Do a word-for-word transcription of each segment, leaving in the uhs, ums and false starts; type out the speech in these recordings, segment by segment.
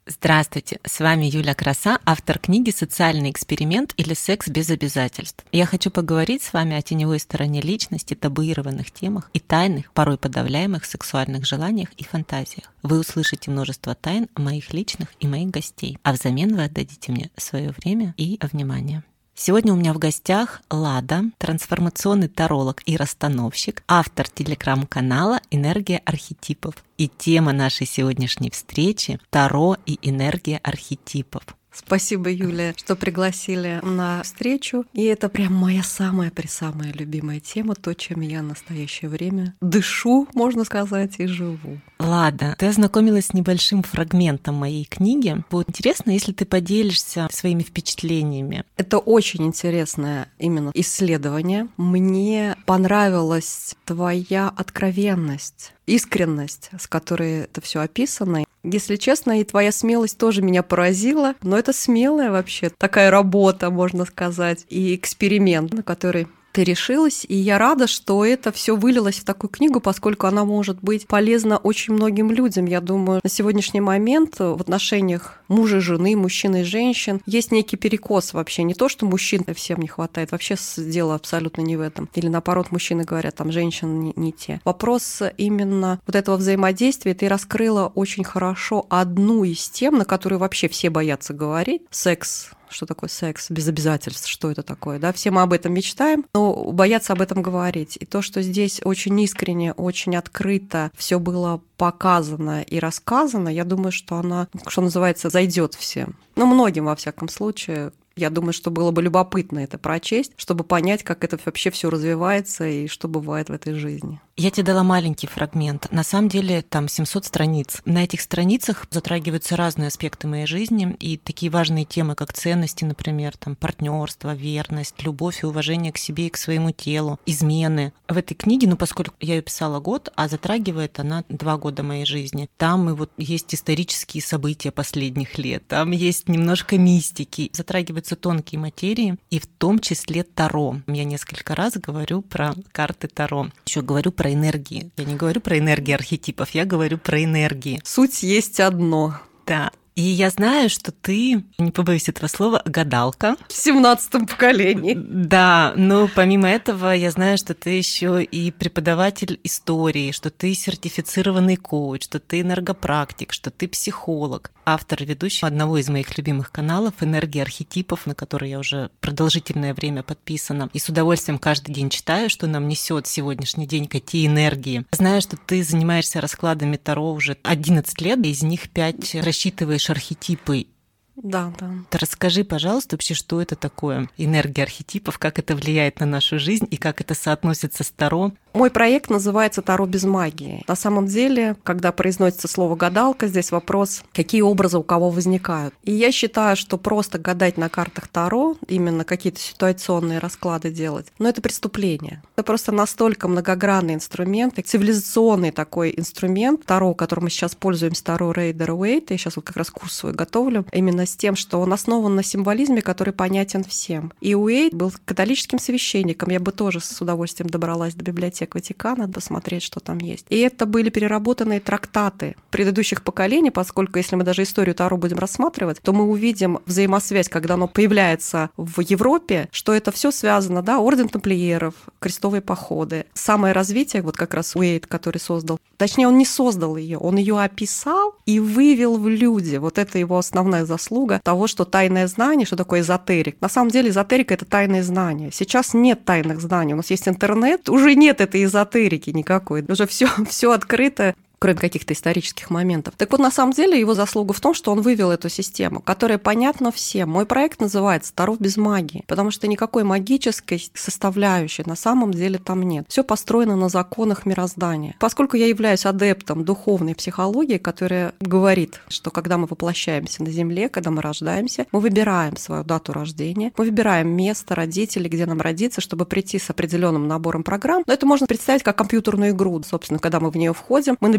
Здравствуйте, с вами Юля Краса, автор книги «Социальный эксперимент» или «Секс без обязательств». Я хочу поговорить с вами о теневой стороне личности, табуированных темах и тайных, порой подавляемых сексуальных желаниях и фантазиях. Вы услышите множество тайн моих личных и моих гостей, а взамен вы отдадите мне свое время и внимание. Сегодня у меня в гостях Лада, трансформационный таролог и расстановщик, автор телеграм-канала «Энергия архетипов». И тема нашей сегодняшней встречи – Таро и энергия архетипов. Спасибо, Юля, что пригласили на встречу. И это прям моя самая-пресамая любимая тема, то, чем я в настоящее время дышу, можно сказать, и живу. Лада, ты ознакомилась с небольшим фрагментом моей книги. Будет интересно, если ты поделишься своими впечатлениями. Это очень интересное именно исследование. Мне понравилась твоя откровенность, искренность, с которой это все описано. Если честно, и твоя смелость тоже меня поразила, но это смелая вообще такая работа, можно сказать, и эксперимент, на который ты решилась, и я рада, что это все вылилось в такую книгу, поскольку она может быть полезна очень многим людям. Я думаю, на сегодняшний момент в отношениях мужа и жены, мужчины и женщин есть некий перекос вообще. Не то, что мужчин всем не хватает, вообще дело абсолютно не в этом. Или наоборот, мужчины говорят, там, женщин не, не те. Вопрос именно вот этого взаимодействия. Ты раскрыла очень хорошо одну из тем, на которую вообще все боятся говорить. Секс. Что такое секс без обязательств, что это такое, да, все мы об этом мечтаем, но боятся об этом говорить. И то, что здесь очень искренне, очень открыто все было показано и рассказано, я думаю, что она, что называется, зайдет всем. Ну, многим, во всяком случае. Я думаю, что было бы любопытно это прочесть, чтобы понять, как это вообще все развивается и что бывает в этой жизни. Я тебе дала маленький фрагмент. На самом деле там семьсот страниц. На этих страницах затрагиваются разные аспекты моей жизни и такие важные темы, как ценности, например, там партнерство, верность, любовь и уважение к себе и к своему телу, измены. В этой книге, ну поскольку я ее писала год, а затрагивает она два года моей жизни, там и вот есть исторические события последних лет, там есть немножко мистики, затрагиваются тонкие материи, и в том числе Таро. Я несколько раз говорю про карты Таро. Еще говорю про энергии. Я не говорю про энергии архетипов, я говорю про энергии. Суть есть одно. Да. И я знаю, что ты, не побоюсь этого слова, гадалка. В семнадцатом поколении. Да, но помимо этого я знаю, что ты еще и преподаватель истории, что ты сертифицированный коуч, что ты энергопрактик, что ты психолог, автор и ведущий одного из моих любимых каналов «Энергия архетипов», на который я уже продолжительное время подписана. И с удовольствием каждый день читаю, что нам несет сегодняшний день, какие энергии. Знаю, что ты занимаешься раскладами Таро уже одиннадцать лет, из них пять рассчитываешь архетипы. Да, да. Расскажи, пожалуйста, вообще, что это такое энергия архетипов, как это влияет на нашу жизнь и как это соотносится с Таро. Мой проект называется «Таро без магии». На самом деле, когда произносится слово «гадалка», здесь вопрос, какие образы у кого возникают. И я считаю, что просто гадать на картах Таро, именно какие-то ситуационные расклады делать, но это преступление. Это просто настолько многогранный инструмент, цивилизационный такой инструмент Таро, которым мы сейчас пользуемся, Таро Рейдер-Уэйт. Я сейчас вот как раз курс свой готовлю, именно с тем, что он основан на символизме, который понятен всем. И Уэйт был католическим священником. Я бы тоже с удовольствием добралась до библиотек Ватикана, посмотреть, что там есть. И это были переработанные трактаты предыдущих поколений, поскольку если мы даже историю Таро будем рассматривать, то мы увидим взаимосвязь, когда оно появляется в Европе, что это все связано, да, орден тамплиеров, крестовые походы. Самое развитие, вот как раз Уэйт, который создал, точнее, он не создал ее, он ее описал и вывел в люди. Вот это его основная заслуга того, что тайное знание, что такое эзотерик. На самом деле эзотерика — это тайное знание. Сейчас нет тайных знаний, у нас есть интернет, уже нет этой эзотерики никакой, уже все, все открыто, кроме каких-то исторических моментов. Так вот, на самом деле, его заслуга в том, что он вывел эту систему, которая понятна всем. Мой проект называется «Таро без магии», потому что никакой магической составляющей на самом деле там нет. Все построено на законах мироздания. Поскольку я являюсь адептом духовной психологии, которая говорит, что когда мы воплощаемся на Земле, когда мы рождаемся, мы выбираем свою дату рождения, мы выбираем место, родителей, где нам родиться, чтобы прийти с определенным набором программ. Но это можно представить как компьютерную игру. Собственно, когда мы в нее входим, мы набираем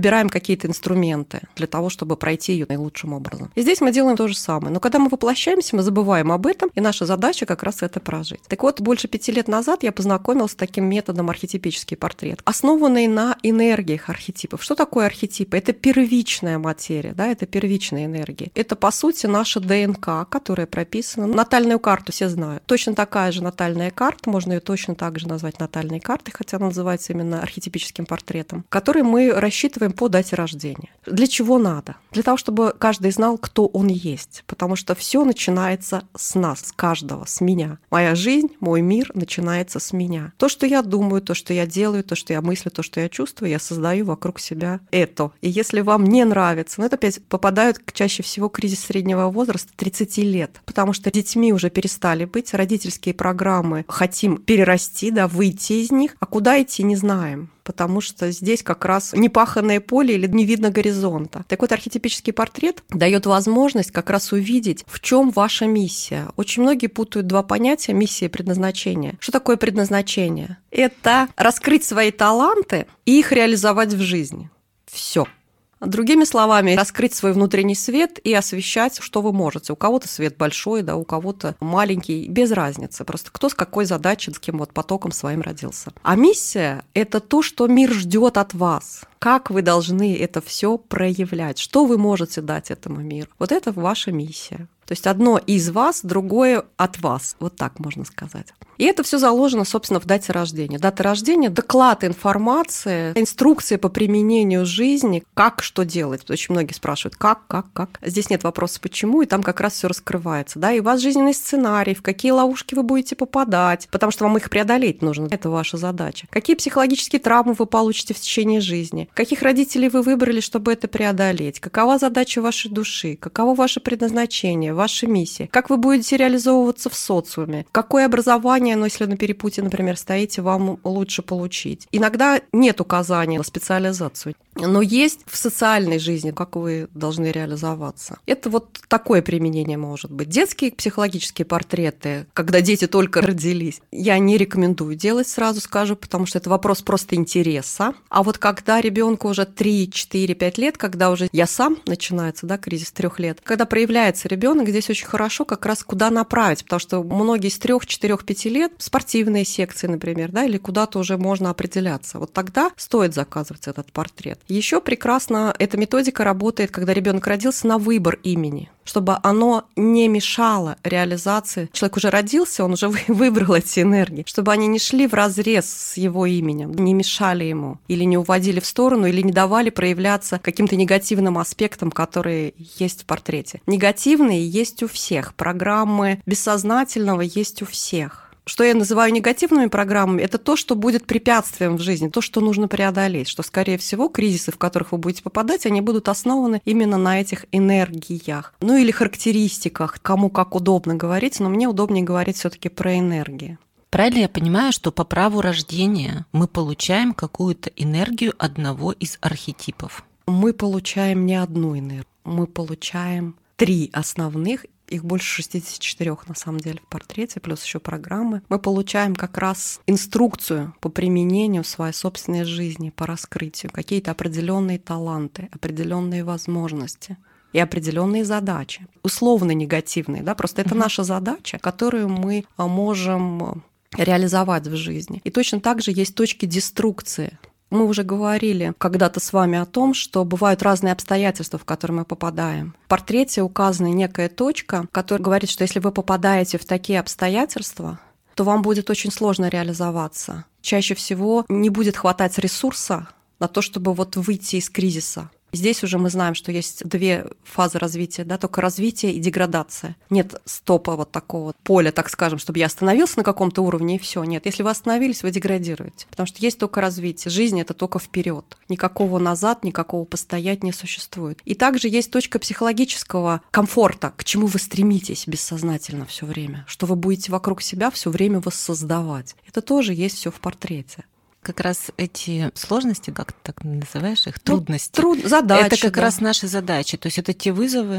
подбираем какие-то инструменты для того, чтобы пройти ее наилучшим образом. И здесь мы делаем то же самое. Но когда мы воплощаемся, мы забываем об этом, и наша задача как раз это прожить. Так вот, больше пяти лет назад я познакомилась с таким методом архетипический портрет, основанный на энергиях архетипов. Что такое архетипы? Это первичная материя, да, это первичная энергия. Это, по сути, наша ДНК, которая прописана. Натальную карту все знают. Точно такая же натальная карта, можно ее точно так же назвать натальной картой, хотя она называется именно архетипическим портретом, который мы рассчитываем по дате рождения. Для чего надо? Для того, чтобы каждый знал, кто он есть. Потому что все начинается с нас, с каждого, с меня. Моя жизнь, мой мир начинается с меня. То, что я думаю, то, что я делаю, то, что я мыслю, то, что я чувствую, я создаю вокруг себя это. И если вам не нравится, ну это опять попадают чаще всего кризис среднего возраста тридцати лет, потому что детьми уже перестали быть, родительские программы хотим перерасти, да, выйти из них, а куда идти не знаем. Потому что здесь как раз непаханное поле или не видно горизонта. Так вот, архетипический портрет дает возможность как раз увидеть, в чем ваша миссия. Очень многие путают два понятия: миссия и предназначение. Что такое предназначение? Это раскрыть свои таланты и их реализовать в жизни. Все. Другими словами, раскрыть свой внутренний свет и освещать, что вы можете. У кого-то свет большой, да, у кого-то маленький, без разницы. Просто кто с какой задачей, с каким вот потоком своим родился. А миссия – это то, что мир ждет от вас. Как вы должны это все проявлять, что вы можете дать этому миру. Вот это ваша миссия. То есть одно из вас, другое от вас. Вот так можно сказать. И это все заложено, собственно, в дате рождения. Дата рождения – доклад информации, инструкции по применению жизни, как что делать. Очень многие спрашивают, как, как, как. Здесь нет вопроса «почему», и там как раз все раскрывается. Да? И у вас жизненный сценарий, в какие ловушки вы будете попадать, потому что вам их преодолеть нужно. Это ваша задача. Какие психологические травмы вы получите в течение жизни, каких родителей вы выбрали, чтобы это преодолеть, какова задача вашей души, каково ваше предназначение, ваша миссия, как вы будете реализовываться в социуме, какое образование, ну, если на перепутье, например, стоите, вам лучше получить. Иногда нет указания на специализацию, но есть в социальной жизни, как вы должны реализоваться. Это вот такое применение может быть. Детские психологические портреты, когда дети только родились, я не рекомендую делать, сразу скажу, потому что это вопрос просто интереса. А вот когда ребенку уже три, четыре, пять лет, когда уже я сам начинается, да, кризис трех лет, когда проявляется ребенок, здесь очень хорошо как раз куда направить, потому что многие с трех, четырех, пяти лет спортивные секции, например, да, или куда-то уже можно определяться. Вот тогда стоит заказывать этот портрет. Еще прекрасно эта методика работает, когда ребенок родился, на выбор имени, чтобы оно не мешало реализации. Человек уже родился, он уже выбрал эти энергии, чтобы они не шли вразрез с его именем, не мешали ему, или не уводили в сторону, или не давали проявляться каким-то негативным аспектам, которые есть в портрете. Негативные есть у всех, программы бессознательного есть у всех. Что я называю негативными программами, это то, что будет препятствием в жизни, то, что нужно преодолеть, что, скорее всего, кризисы, в которых вы будете попадать, они будут основаны именно на этих энергиях. Ну или характеристиках, кому как удобно говорить, но мне удобнее говорить все-таки про энергии. Правильно я понимаю, что по праву рождения мы получаем какую-то энергию одного из архетипов? Мы получаем не одну энергию, мы получаем три основных. Их больше шестидесяти четырёх на самом деле в портрете, плюс еще программы. Мы получаем как раз инструкцию по применению в своей собственной жизни, по раскрытию, какие-то определенные таланты, определенные возможности и определенные задачи. Условно негативные, да, просто это наша задача, которую мы можем реализовать в жизни. И точно так же есть точки деструкции. Мы уже говорили когда-то с вами о том, что бывают разные обстоятельства, в которые мы попадаем. В портрете указана некая точка, которая говорит, что если вы попадаете в такие обстоятельства, то вам будет очень сложно реализоваться. Чаще всего не будет хватать ресурса на то, чтобы вот выйти из кризиса. Здесь уже мы знаем, что есть две фазы развития, да, только развитие и деградация. Нет стопа вот такого поля, так скажем, чтобы я остановился на каком-то уровне и все. Нет, если вы остановились, вы деградируете, потому что есть только развитие. Жизнь — это только вперед. Никакого назад, никакого постоять не существует. И также есть точка психологического комфорта, к чему вы стремитесь бессознательно все время, что вы будете вокруг себя все время воссоздавать. Это тоже есть все в портрете. Как раз эти сложности, как ты так называешь их, трудности, ну, труд, задачи, это как да. раз наши задачи. То есть это те вызовы,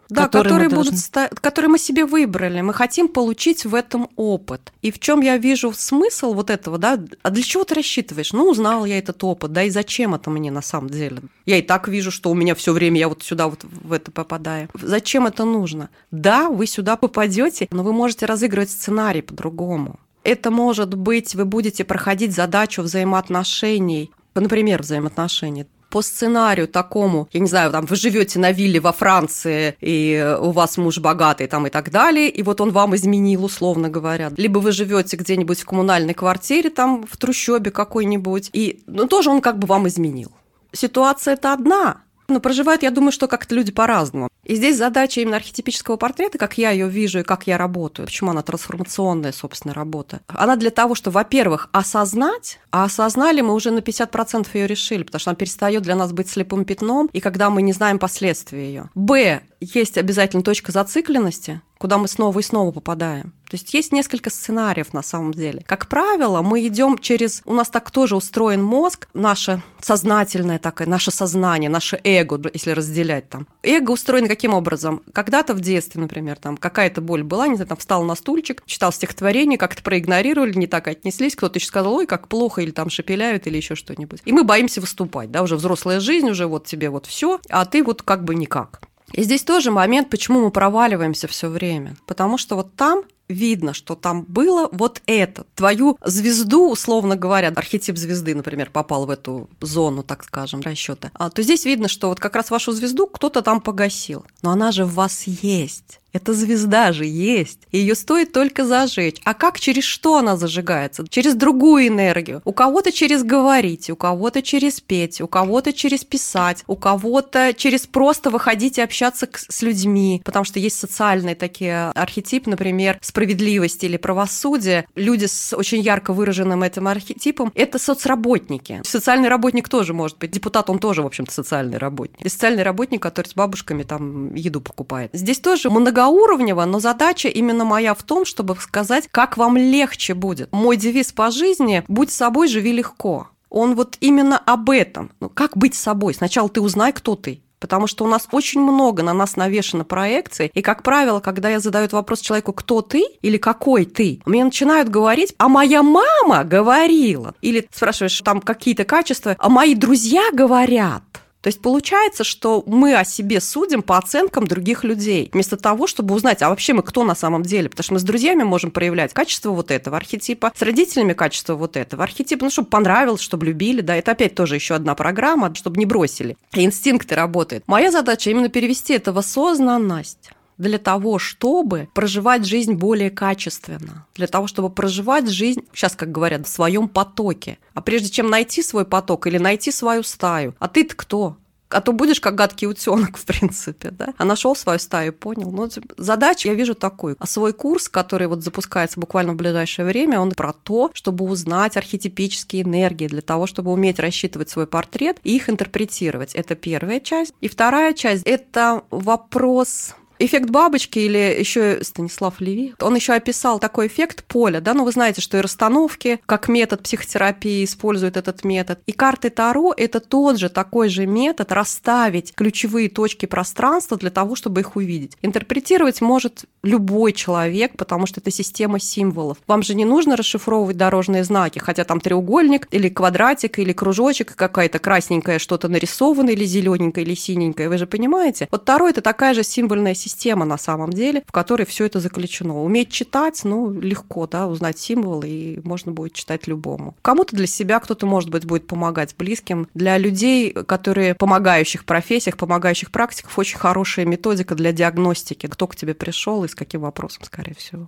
Да, которые, которые, мы будут, должны... которые мы себе выбрали. Мы хотим получить в этом опыт. И в чем я вижу смысл вот этого, да? А для чего ты рассчитываешь? Ну, узнал я этот опыт, да, и зачем это мне на самом деле? Я и так вижу, что у меня все время я вот сюда вот в это попадаю. Зачем это нужно? Да, вы сюда попадете, но вы можете разыгрывать сценарий по-другому. Это может быть, вы будете проходить задачу взаимоотношений, например, взаимоотношений. По сценарию такому, я не знаю, там вы живете на вилле во Франции, и у вас муж богатый там и так далее, и вот он вам изменил, условно говоря. Либо вы живете где-нибудь в коммунальной квартире, там в трущобе какой-нибудь, и ну, тоже он как бы вам изменил. Ситуация-то одна, но проживают, я думаю, что как-то люди по-разному. И здесь задача именно архетипического портрета, как я ее вижу и как я работаю, почему она трансформационная, собственно, работа. Она для того, чтобы, во-первых, осознать, а осознали мы уже на пятьдесят процентов ее решили, потому что она перестает для нас быть слепым пятном, и когда мы не знаем последствий ее. Б. Есть обязательно точка зацикленности, куда мы снова и снова попадаем. То есть есть несколько сценариев на самом деле. Как правило, мы идем через... У нас так тоже устроен мозг, наше сознательное такое, наше сознание, наше эго, если разделять там. Эго устроено каким образом? Когда-то в детстве, например, там какая-то боль была, не знаю, там встал на стульчик, читал стихотворение, как-то проигнорировали, не так отнеслись, кто-то еще сказал, ой, как плохо, или там шепеляют, или еще что-нибудь. И мы боимся выступать, да, уже взрослая жизнь, уже вот тебе вот все, а ты вот как бы никак. И здесь тоже момент, почему мы проваливаемся все время. Потому что вот там видно, что там было вот это. Твою звезду, условно говоря, архетип звезды, например, попал в эту зону, так скажем, расчета. А, то здесь видно, что вот как раз вашу звезду кто-то там погасил. Но она же в вас есть. Эта звезда же есть, и ее стоит только зажечь. А как, через что она зажигается? Через другую энергию. У кого-то через говорить, у кого-то через петь, у кого-то через писать, у кого-то через просто выходить и общаться с людьми. Потому что есть социальные такие архетипы, например, справедливости или правосудия. Люди с очень ярко выраженным этим архетипом – это соцработники. Социальный работник тоже может быть. Депутат, он тоже, в общем-то, социальный работник. И социальный работник, который с бабушками там еду покупает. Здесь тоже много многоуровнево, но задача именно моя в том, чтобы сказать, как вам легче будет. Мой девиз по жизни – будь собой, живи легко. Он вот именно об этом. Ну, как быть собой? Сначала ты узнай, кто ты. Потому что у нас очень много на нас навешено проекций, и, как правило, когда я задаю вопрос человеку, кто ты или какой ты, мне начинают говорить, а моя мама говорила. Или спрашиваешь, там какие-то качества, а мои друзья говорят. То есть получается, что мы о себе судим по оценкам других людей, вместо того, чтобы узнать, а вообще мы кто на самом деле. Потому что мы с друзьями можем проявлять качество вот этого архетипа, с родителями качество вот этого архетипа, ну, чтобы понравилось, чтобы любили, да, это опять тоже еще одна программа, чтобы не бросили. И инстинкты работают. Моя задача именно перевести это в осознанность. Для того, чтобы проживать жизнь более качественно, для того, чтобы проживать жизнь, сейчас, как говорят, в своем потоке. А прежде чем найти свой поток или найти свою стаю, а ты-то кто? А то будешь как гадкий утенок, в принципе, да? А нашел свою стаю, понял. Ну, задача, я вижу, такую. А свой курс, который вот запускается буквально в ближайшее время, он про то, чтобы узнать архетипические энергии, для того, чтобы уметь рассчитывать свой портрет и их интерпретировать. Это первая часть. И вторая часть – это вопрос... Эффект бабочки, или еще Станислав Леви, он еще описал такой эффект поля, да, ну вы знаете, что и расстановки, как метод психотерапии, используют этот метод. И карты Таро – это тот же такой же метод расставить ключевые точки пространства для того, чтобы их увидеть. Интерпретировать может любой человек, потому что это система символов. Вам же не нужно расшифровывать дорожные знаки, хотя там треугольник или квадратик или кружочек, какая-то красненькая что-то нарисовано, или зелененькое, или синенькое, вы же понимаете? Вот Таро – это такая же символьная система. Система на самом деле, в которой все это заключено. Уметь читать, ну, легко, да, узнать символы, и можно будет читать любому. Кому-то для себя, кто-то, может быть, будет помогать близким. Для людей, которые в помогающих профессиях, помогающих практиках, очень хорошая методика для диагностики. Кто к тебе пришел и с каким вопросом, скорее всего.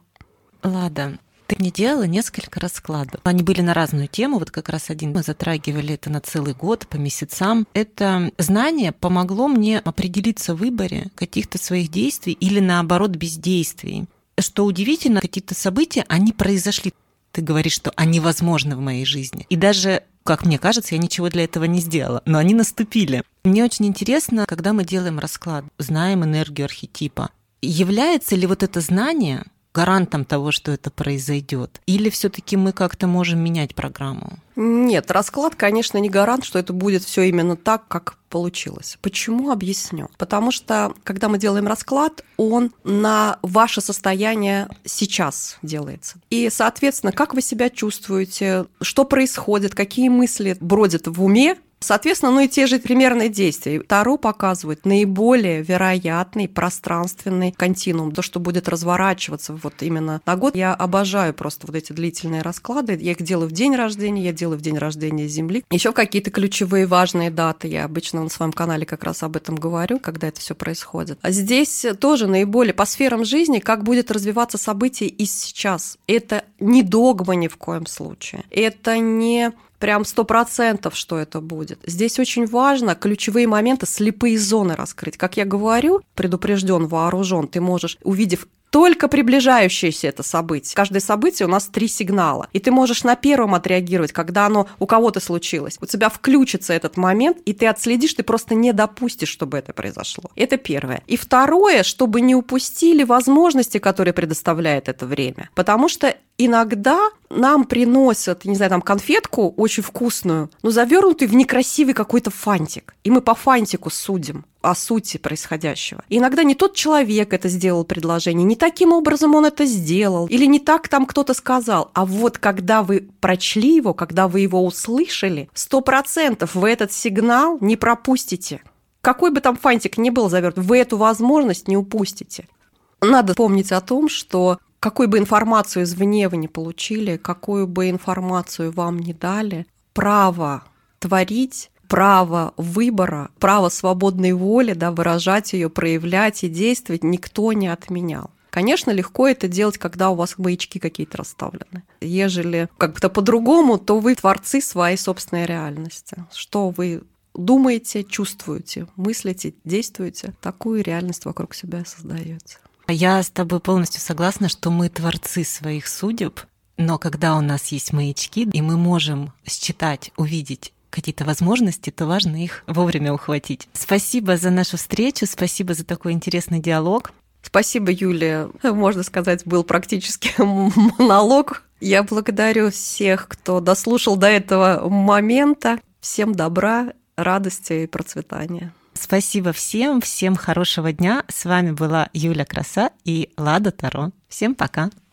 Лада, ты мне делала несколько раскладов. Они были на разную тему, вот как раз один мы затрагивали это на целый год, по месяцам. Это знание помогло мне определиться в выборе каких-то своих действий или, наоборот, бездействий. Что удивительно, какие-то события, они произошли. Ты говоришь, что они возможны в моей жизни. И даже, как мне кажется, я ничего для этого не сделала, но они наступили. Мне очень интересно, когда мы делаем расклад, знаем энергию архетипа, является ли вот это знание гарантом того, что это произойдет? Или все-таки мы как-то можем менять программу? Нет, расклад, конечно, не гарант, что это будет все именно так, как получилось. Почему? Объясню. Потому что, когда мы делаем расклад, он на ваше состояние сейчас делается. И, соответственно, как вы себя чувствуете, что происходит, какие мысли бродят в уме, соответственно, ну и те же примерные действия. Таро показывает наиболее вероятный пространственный континуум, то, что будет разворачиваться вот именно на год. Я обожаю просто вот эти длительные расклады. Я их делаю в день рождения, я делаю в день рождения Земли. Еще какие-то ключевые важные даты. Я обычно на своем канале как раз об этом говорю, когда это все происходит. А здесь тоже наиболее по сферам жизни, как будет развиваться событие и сейчас. Это не догма ни в коем случае. Это не прям сто процентов, что это будет. Здесь очень важно ключевые моменты, слепые зоны раскрыть. Как я говорю, предупрежден, вооружен, ты можешь, увидев только приближающееся это событие. Каждое событие у нас три сигнала. И ты можешь на первом отреагировать, когда оно у кого-то случилось. У тебя включится этот момент, и ты отследишь, ты просто не допустишь, чтобы это произошло. Это первое. И второе, чтобы не упустили возможности, которые предоставляет это время. Потому что иногда нам приносят, не знаю, там конфетку очень вкусную, но завернутую в некрасивый какой-то фантик. И мы по фантику судим о сути происходящего. И иногда не тот человек это сделал предложение, не таким образом он это сделал, или не так там кто-то сказал. А вот когда вы прочли его, когда вы его услышали, сто процентов вы этот сигнал не пропустите. Какой бы там фантик ни был завернут, вы эту возможность не упустите. Надо помнить о том, что какую бы информацию извне вы не получили, какую бы информацию вам не дали, право творить, право выбора, право свободной воли, да, выражать ее, проявлять и действовать никто не отменял. Конечно, легко это делать, когда у вас маячки какие-то расставлены. Ежели как-то по-другому, то вы творцы своей собственной реальности. Что вы думаете, чувствуете, мыслите, действуете, такую реальность вокруг себя создаете. Я с тобой полностью согласна, что мы творцы своих судеб, но когда у нас есть маячки, и мы можем считать, увидеть какие-то возможности, то важно их вовремя ухватить. Спасибо за нашу встречу, спасибо за такой интересный диалог. Спасибо, Юлия. Можно сказать, был практически монолог. Я благодарю всех, кто дослушал до этого момента. Всем добра, радости и процветания. Спасибо всем, всем хорошего дня. С вами была Юля Краса и Лада Таро. Всем пока.